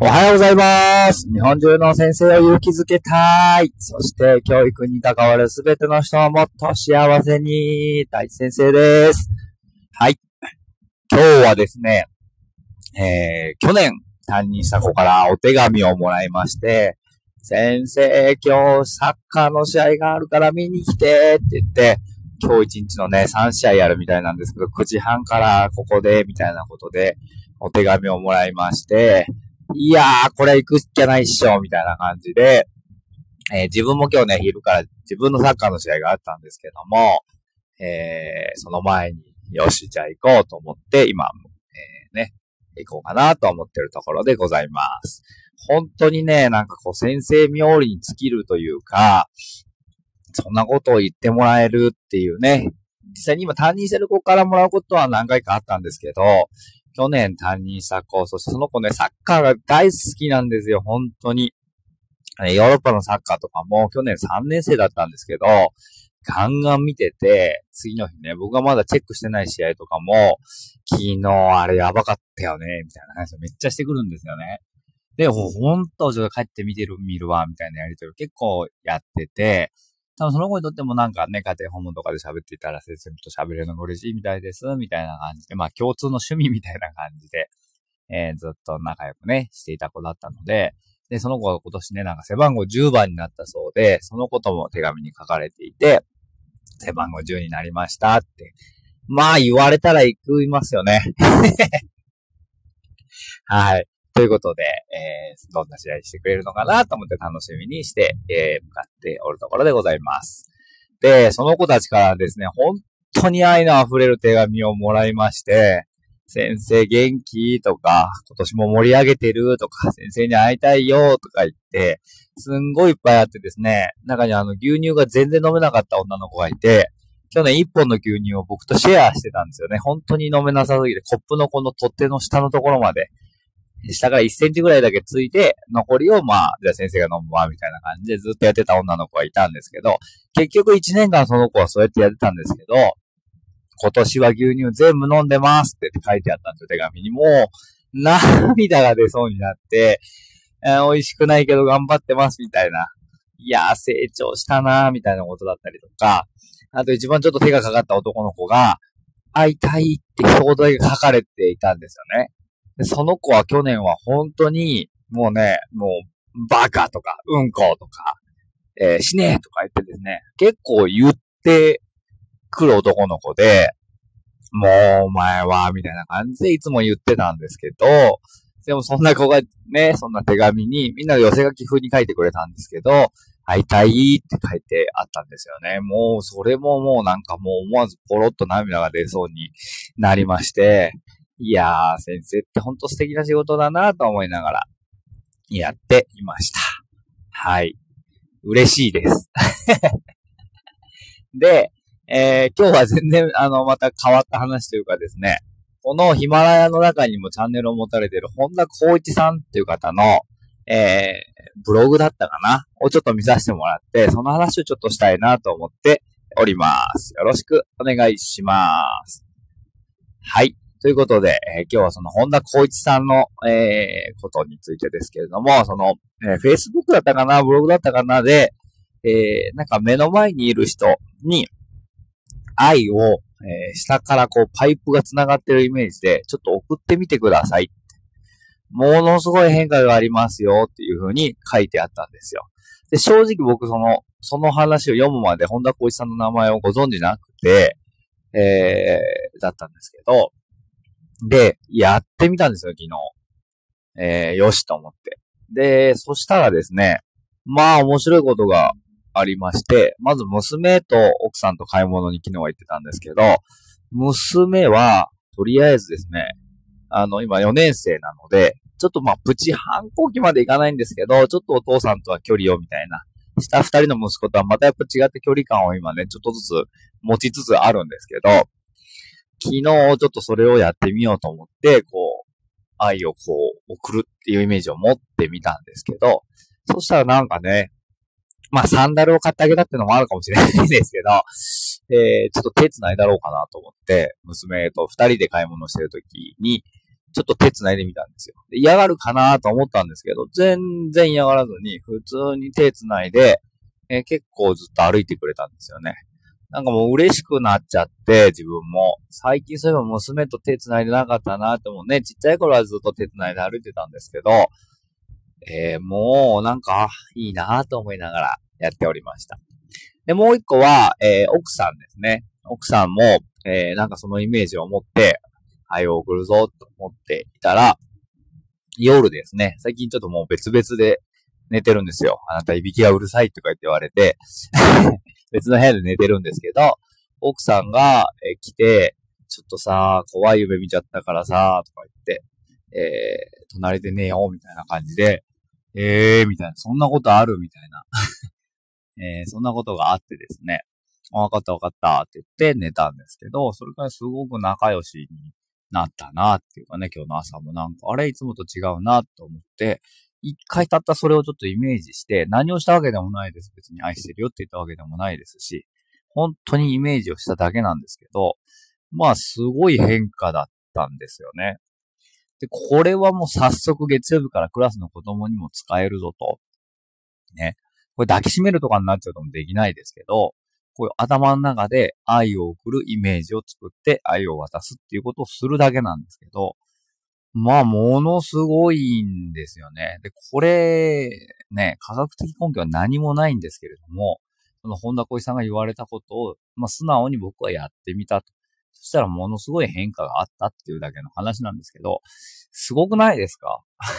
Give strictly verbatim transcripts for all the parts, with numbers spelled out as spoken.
おはようございます。日本中の先生を勇気づけたい。そして教育に関わるすべての人をもっと幸せに。大地先生です。はい。今日はですね、えー、去年担任した子からお手紙をもらいまして、先生、今日サッカーの試合があるから見に来てって言って、今日一日のね、さん試合やるみたいなんですけど、くじはんからここで、みたいなことで、お手紙をもらいまして、いやー、これ行くしかないっしょ、みたいな感じで、えー、自分も今日ね、昼から自分のサッカーの試合があったんですけども、えー、その前に、よし、じゃあ行こうと思って、今、えー、ね、行こうかなと思ってるところでございます。本当にね、なんかこう、先生冥利に尽きるというか、そんなことを言ってもらえるっていうね、実際に今担任してる子からもらうことは何回かあったんですけど、去年担任した子、そしてその子ね、サッカーが大好きなんですよ、本当に。ヨーロッパのサッカーとかも去年さんねん生だったんですけど、ガンガン見てて、次の日ね、僕がまだチェックしてない試合とかも、昨日あれやばかったよね、みたいな話をめっちゃしてくるんですよね。で、ほんと、ちょっと帰って見てる、見るわ、みたいなやりとりを結構やってて、多分その子にとってもなんかね、家庭訪問とかで喋っていたら先生と喋れるのが嬉しいみたいです、みたいな感じで、まあ共通の趣味みたいな感じで、えー、ずっと仲良くね、していた子だったので、で、その子は今年ね、なんか背番号じゅうばんになったそうで、そのことも手紙に書かれていて、背番号じゅうになりましたって。まあ言われたら行きますよね。はい。ということで、えー、どんな試合してくれるのかなと思って楽しみにして、えー、向かっておるところでございます。で、その子たちからですね、本当に愛の溢れる手紙をもらいまして、先生元気とか、今年も盛り上げてるとか、先生に会いたいよとか言って、すんごいいっぱいあってですね、中にあの牛乳が全然飲めなかった女の子がいて、去年いっぽんの牛乳を僕とシェアしてたんですよね。本当に飲めなさすぎて、コップのこの取っ手の下のところまで、下からいっセンチぐらいだけついて、残りをまあ、じゃあ先生が飲むわ、みたいな感じでずっとやってた女の子がいたんですけど、結局いちねんかんその子はそうやってやってたんですけど、今年は牛乳全部飲んでますって書いてあったんですよ、手紙に。もう、涙が出そうになって、えー、美味しくないけど頑張ってます、みたいな。いやー、成長したなー、みたいなことだったりとか、あと一番ちょっと手がかかった男の子が、会いたいって一言だけ書かれていたんですよね。でその子は去年は本当に、もうね、もう、バカとか、うんことか、えー、死ねとか言ってですね、結構言ってくる男の子で、もうお前は、みたいな感じでいつも言ってたんですけど、でもそんな子がね、そんな手紙に、みんな寄せ書き風に書いてくれたんですけど、会いたいって書いてあったんですよね。もう、それももうなんかもう思わずポロッと涙が出そうになりまして、いやー、先生ってほんと素敵な仕事だなと思いながら、やっていました。はい。嬉しいです。で、えー、今日は全然、あの、また変わった話というかですね、このヒマラヤの中にもチャンネルを持たれている本田光一さんっていう方の、えー、ブログだったかなをちょっと見させてもらって、その話をちょっとしたいなと思っております。よろしくお願いします。はい。ということで、えー、今日はその本田光一さんの、えー、ことについてですけれども、その、えー、Facebook だったかな、ブログだったかなで、えー、なんか目の前にいる人に愛を、えー、下からこうパイプが繋がってるイメージでちょっと送ってみてください。ものすごい変化がありますよっていう風に書いてあったんですよ。で、正直僕その、その話を読むまで本田光一さんの名前をご存知なくて、えー、だったんですけど、で、やってみたんですよ、昨日。えー、よしと思って。で、そしたらですね、まあ面白いことがありまして、まず娘と奥さんと買い物に昨日は行ってたんですけど、娘は、とりあえずですね、あの、今よねん生なので、ちょっとまあ、プチ反抗期までいかないんですけど、ちょっとお父さんとは距離をみたいな。下二人の息子とはまたやっぱ違って距離感を今ね、ちょっとずつ持ちつつあるんですけど、昨日ちょっとそれをやってみようと思って、こう、愛をこう、送るっていうイメージを持ってみたんですけど、そしたらなんかね、まあサンダルを買ってあげたっていうのもあるかもしれないんですけど、えー、ちょっと手繋いだろうかなと思って、娘と二人で買い物してるときに、 ちょっと手繋いでみたんですよ。で嫌がるかなと思ったんですけど、全然嫌がらずに、普通に手繋いで、えー、結構ずっと歩いてくれたんですよね。なんかもう嬉しくなっちゃって、自分も。最近そういえば娘と手繋いでなかったなってもね、ちっちゃい頃はずっと手繋いで歩いてたんですけど、えー、もうなんかいいなと思いながらやっておりました。で、もう一個は、えー、奥さんですね。奥さんも、えー、なんかそのイメージを持って、はい、送るぞと思っていたら、夜ですね。最近ちょっともう別々で寝てるんですよ。あなたいびきがうるさいとか言って言われて、別の部屋で寝てるんですけど、奥さんが、えー、来て、ちょっとさ、怖い夢見ちゃったからさ、とか言って、えー、隣で寝ようみたいな感じで、えー、みたいな、そんなことあるみたいな。えー、そんなことがあってですね。わかったわかったって言って寝たんですけど、それからすごく仲良しになったなっていうかね、今日の朝もなんか、あれいつもと違うなと思って、一回たったそれをちょっとイメージして、何をしたわけでもないです。別に愛してるよって言ったわけでもないですし、本当にイメージをしただけなんですけど、まあすごい変化だったんですよね。で、これはもう早速月曜日からクラスの子供にも使えるぞと。ね。これ抱きしめるとかになっちゃうともできないですけど、こういう頭の中で愛を送るイメージを作って愛を渡すっていうことをするだけなんですけど、まあ、ものすごいんですよね。で、これ、ね、科学的根拠は何もないんですけれども、その本田小石さんが言われたことを、まあ、素直に僕はやってみたと。そしたらものすごい変化があったっていうだけの話なんですけど、すごくないですか？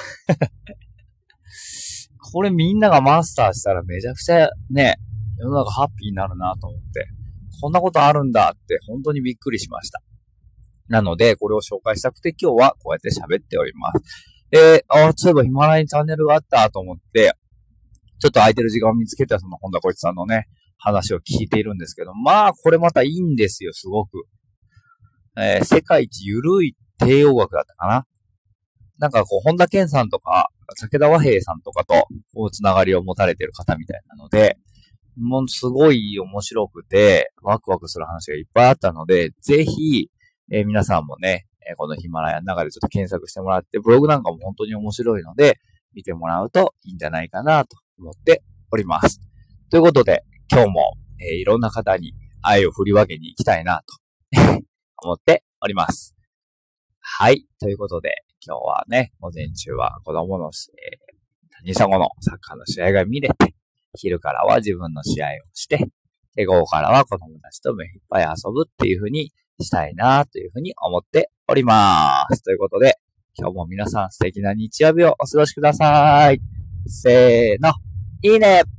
これみんながマスターしたらめちゃくちゃね、世の中ハッピーになるなと思って、こんなことあるんだって本当にびっくりしました。なので、これを紹介したくて今日はこうやって喋っております。で、あ、そういえばヒマラヤにチャンネルがあったと思って、ちょっと空いてる時間を見つけてその本田小一さんのね、話を聞いているんですけど、まあ、これまたいいんですよ、すごく。えー、世界一ゆるい帝王学だったかな。なんかこう、本田健さんとか、武田和平さんとかと、こう、つながりを持たれている方みたいなので、もうすごい面白くて、ワクワクする話がいっぱいあったので、ぜひ、えー、皆さんもね、えー、このヒマラヤの中でちょっと検索してもらって、ブログなんかも本当に面白いので、見てもらうといいんじゃないかなと思っております。ということで、今日も、えー、いろんな方に愛を振り分けに行きたいなと思っております。はい。ということで、今日はね、午前中は子供の、えー、にさごのサッカーの試合が見れて、昼からは自分の試合をして、で、午後からは子供たちと目いっぱい遊ぶっていう風にしたいなという風に思っております。ということで、今日も皆さん素敵な日曜日をお過ごしください。せーの、いいね。